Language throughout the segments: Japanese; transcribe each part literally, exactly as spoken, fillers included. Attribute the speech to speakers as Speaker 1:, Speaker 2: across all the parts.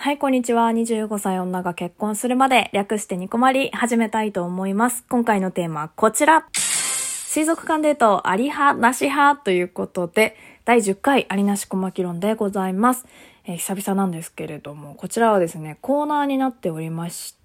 Speaker 1: はい、こんにちは。にじゅうごさい女が結婚するまで略してニコマリ始めたいと思います。今回のテーマはこちら。水族館デートあり派なし派ということで、だいじゅっかいありなし小牧論でございます。えー、久々なんですけれども、こちらはですね、コーナーになっておりまして、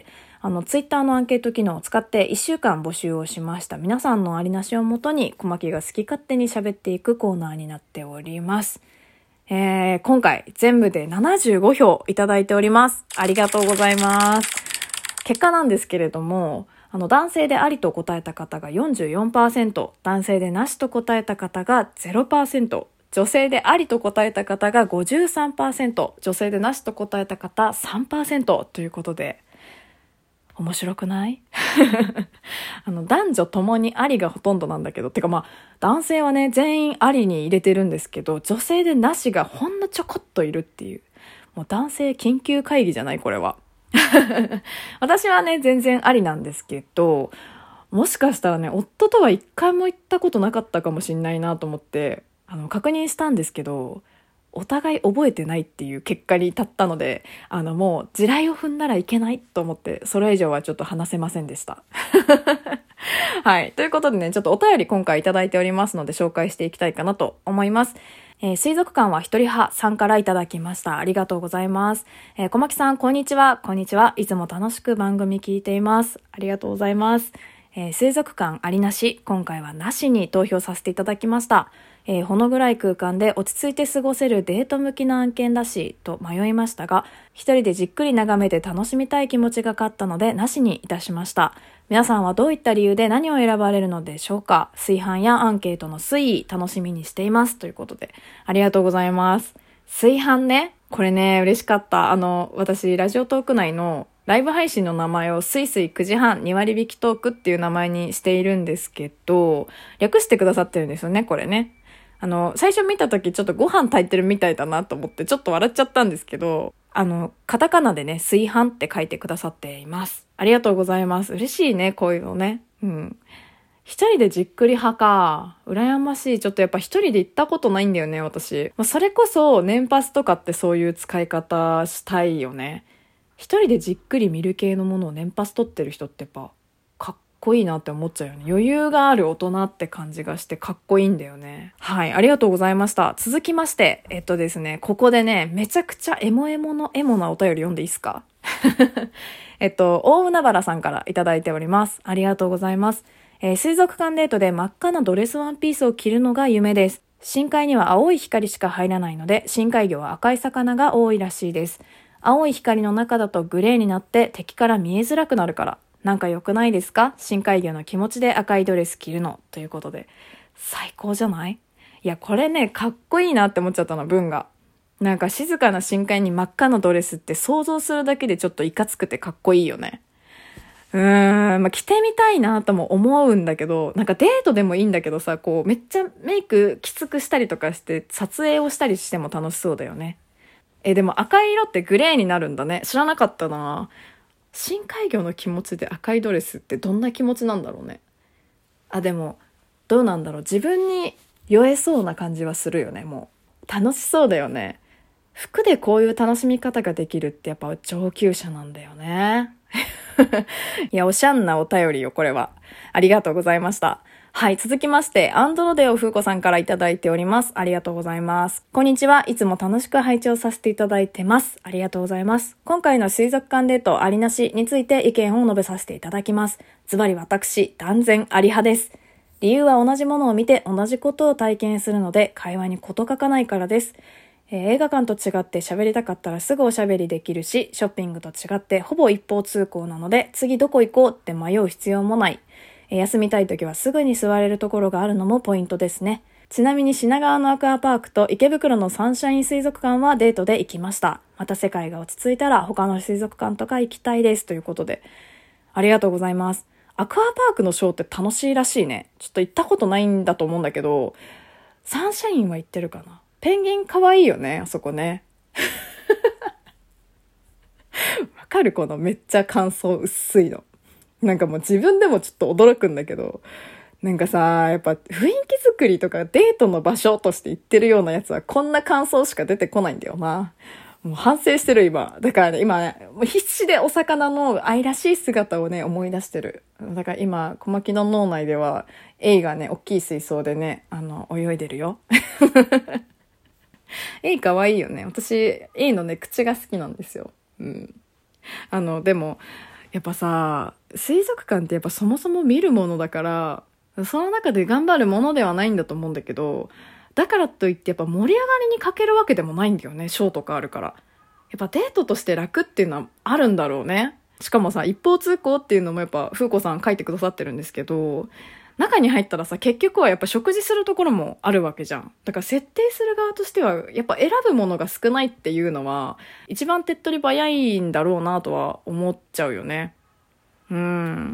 Speaker 1: あの、ツイッターのアンケート機能を使っていっしゅうかん募集をしました。皆さんのありなしをもとに小牧が好き勝手に喋っていくコーナーになっております。えー、今回全部でななじゅうごひょういただいております。ありがとうございます。結果なんですけれども、あの男性でありと答えた方が よんじゅうよんパーセント、男性でなしと答えた方が ゼロパーセント、女性でありと答えた方が ごじゅうさんパーセント、女性でなしと答えた方 さんパーセント ということで、面白くないあの男女ともにありがほとんどなんだけど、てかまあ男性はね全員ありに入れてるんですけど、女性でなしがほんのちょこっといるっていう、もう男性緊急会議じゃないこれは私はね全然ありなんですけど、もしかしたらね夫とは一回も行ったことなかったかもしんないなと思ってあの確認したんですけど、お互い覚えてないっていう結果に至ったので、あのもう地雷を踏んだらいけないと思って、それ以上はちょっと話せませんでしたはい、ということでね、ちょっとお便り今回いただいておりますので紹介していきたいかなと思います。えー、水族館は一人派さんからいただきました。ありがとうございます。えー、小牧さんこんにちは。こんにちは。いつも楽しく番組聞いています。ありがとうございます。えー、水族館ありなし、今回はなしに投票させていただきました。えー、ほの暗い空間で落ち着いて過ごせるデート向きな案件だしと迷いましたが、一人でじっくり眺めて楽しみたい気持ちが勝ったのでなしにいたしました。皆さんはどういった理由で何を選ばれるのでしょうか。炊飯やアンケートの推移楽しみにしていますということで、ありがとうございます。炊飯ね、これね嬉しかった。あの私ラジオトーク内のライブ配信の名前をスイスイくじはんに割引トークっていう名前にしているんですけど、略してくださってるんですよね、これね。あの、最初見た時ちょっとご飯炊いてるみたいだなと思ってちょっと笑っちゃったんですけど、あの、カタカナでね、炊飯って書いてくださっています。ありがとうございます。嬉しいね、こういうのね。うん。一人でじっくり派か。羨ましい。ちょっとやっぱ一人で行ったことないんだよね、私。まあ、それこそ年パスとかってそういう使い方したいよね。一人でじっくり見る系のものを年パス取ってる人ってやっぱかっこいいなって思っちゃうよね。余裕がある大人って感じがしてかっこいいんだよね。はい、ありがとうございました。続きまして、えっとですね、ここでね、めちゃくちゃエモエモのエモなお便り読んでいいですかえっと、大海原さんからいただいております。ありがとうございます。えー、水族館デートで真っ赤なドレスワンピースを着るのが夢です。深海には青い光しか入らないので、深海魚は赤い魚が多いらしいです。青い光の中だとグレーになって敵から見えづらくなるから。なんか良くないですか？深海魚の気持ちで赤いドレス着るの。ということで。最高じゃない？いや、これね、かっこいいなって思っちゃったの、文が。なんか静かな深海に真っ赤なドレスって想像するだけでちょっといかつくてかっこいいよね。うーん、まあ、着てみたいなとも思うんだけど、なんかデートでもいいんだけどさ、こう、めっちゃメイクきつくしたりとかして撮影をしたりしても楽しそうだよね。え、でも赤い色ってグレーになるんだね。知らなかったな。深海魚の気持ちで赤いドレスってどんな気持ちなんだろうね。あ、でも、どうなんだろう。自分に酔えそうな感じはするよね、もう。楽しそうだよね。服でこういう楽しみ方ができるってやっぱ上級者なんだよね。いや、おしゃんなお便りよ、これは。ありがとうございました。はい、続きまして、アンドロデオ風子さんからいただいております。ありがとうございます。こんにちは。いつも楽しく拝聴させていただいてます。ありがとうございます。今回の水族館デートありなしについて意見を述べさせていただきます。ズバリ私、断然あり派です。理由は同じものを見て同じことを体験するので、会話に事欠かないからです。えー、映画館と違って喋りたかったらすぐおしゃべりできるし、ショッピングと違ってほぼ一方通行なので、次どこ行こうって迷う必要もない。休みたい時はすぐに座れるところがあるのもポイントですね。ちなみに品川のアクアパークと池袋のサンシャイン水族館はデートで行きました。また世界が落ち着いたら他の水族館とか行きたいですということで、ありがとうございます。アクアパークのショーって楽しいらしいね。ちょっと行ったことないんだと思うんだけど、サンシャインは行ってるかな。ペンギン可愛いよね、あそこね。わかる？このめっちゃ感想薄いの。なんかもう自分でもちょっと驚くんだけど、なんかさ、やっぱ雰囲気作りとかデートの場所として言ってるようなやつはこんな感想しか出てこないんだよな。 もう反省してる今。だからね、今ね、もう必死でお魚の愛らしい姿をね、思い出してる。だから今、小牧の脳内では、エイがね、大きい水槽でね、あの、泳いでるよ。エイ可愛いよね。私、エイのね、口が好きなんですよ。うん。あの、でも、やっぱさ、水族館ってやっぱそもそも見るものだから、その中で頑張るものではないんだと思うんだけど、だからといってやっぱ盛り上がりに欠けるわけでもないんだよね。ショーとかあるから。やっぱデートとして楽っていうのはあるんだろうね。しかもさ、一方通行っていうのもやっぱ風子さん書いてくださってるんですけど、中に入ったらさ、結局はやっぱ食事するところもあるわけじゃん。だから設定する側としては、やっぱ選ぶものが少ないっていうのは、一番手っ取り早いんだろうなとは思っちゃうよね。うん。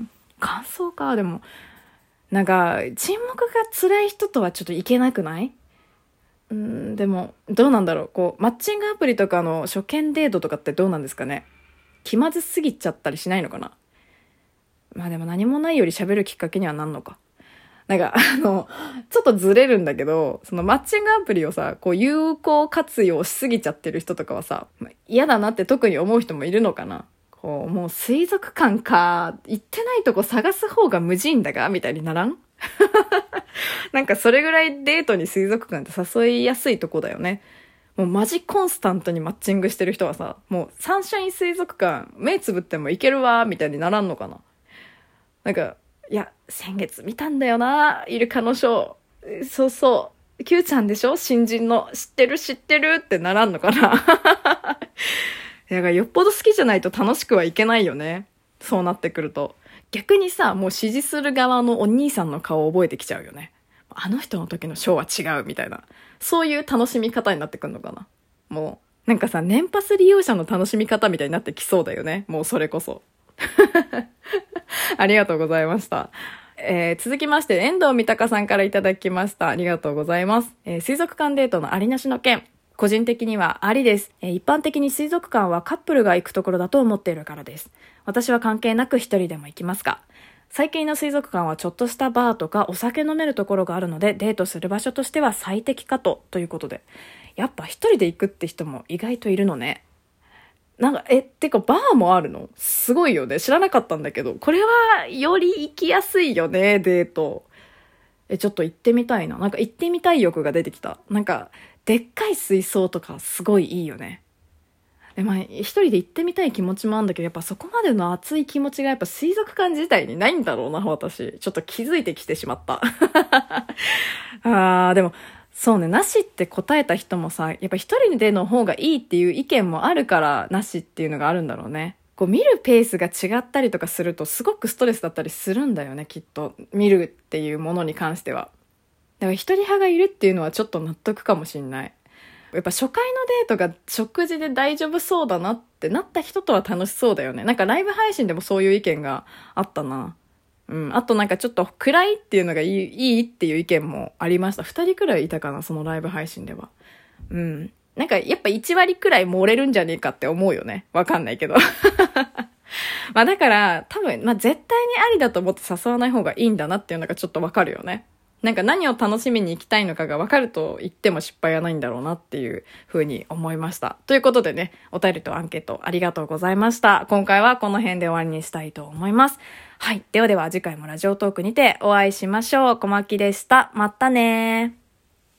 Speaker 1: 感想か、でも。なんか、沈黙が辛い人とはちょっといけなくない？うん、でも、どうなんだろう。こう、マッチングアプリとかの初見デートとかってどうなんですかね。気まずすぎちゃったりしないのかな。まあでも何もないより喋るきっかけにはなんのか。なんか、あの、ちょっとずれるんだけど、そのマッチングアプリをさ、こう有効活用しすぎちゃってる人とかはさ、嫌だなって特に思う人もいるのかな。こう、もう水族館か、行ってないとこ探す方が無人だがみたいにならん？なんかそれぐらいデートに水族館って誘いやすいとこだよね。もうマジコンスタントにマッチングしてる人はさ、もうサンシャイン水族館目つぶっても行けるわみたいにならんのかな。なんか、いや、先月見たんだよな、イルカのショー。そうそう。Q ちゃんでしょ？新人の。知ってる知ってるってならんのかな。だからよっぽど好きじゃないと楽しくはいけないよね。そうなってくると。逆にさ、もう支持する側のお兄さんの顔を覚えてきちゃうよね。あの人の時のショーは違うみたいな。そういう楽しみ方になってくるのかな。もう、なんかさ、年パス利用者の楽しみ方みたいになってきそうだよね。もうそれこそ。ありがとうございました。えー、続きまして、遠藤三鷹さんからいただきました。ありがとうございます。えー、水族館デートのありなしの件。個人的にはありです。えー、一般的に水族館はカップルが行くところだと思っているからです。私は関係なく一人でも行きますが。最近の水族館はちょっとしたバーとかお酒飲めるところがあるので、デートする場所としては最適かと、ということで。やっぱ一人で行くって人も意外といるのね。なんか、え、てかバーもあるの？すごいよね。知らなかったんだけど。これはより行きやすいよね、デート。え、ちょっと行ってみたいな。なんか行ってみたい欲が出てきた。なんか、でっかい水槽とかすごいいいよね。で、まあ、一人で行ってみたい気持ちもあるんだけど、やっぱそこまでの熱い気持ちがやっぱ水族館自体にないんだろうな、私。ちょっと気づいてきてしまった。あー、でも、そうね、なしって答えた人もさ、やっぱ一人での方がいいっていう意見もあるから、なしっていうのがあるんだろうね。こう見るペースが違ったりとかするとすごくストレスだったりするんだよね、きっと。見るっていうものに関しては。だから一人派がいるっていうのはちょっと納得かもしんない。やっぱ初回のデートが食事で大丈夫そうだなってなった人とは楽しそうだよね。なんかライブ配信でもそういう意見があったな。うん。あとなんかちょっと暗いっていうのがいい、いいっていう意見もありました。二人くらいいたかな、そのライブ配信では。うん。なんかやっぱ一割くらい漏れるんじゃねえかって思うよね。わかんないけど。まあだから多分、まあ絶対にありだと思って誘わない方がいいんだなっていうのがちょっとわかるよね。なんか何を楽しみに行きたいのかが分かると言っても失敗はないんだろうなっていうふうに思いました。ということでね、お便りとアンケートありがとうございました。今回はこの辺で終わりにしたいと思います。はい。ではでは次回もラジオトークにてお会いしましょう。小牧でした。またねー。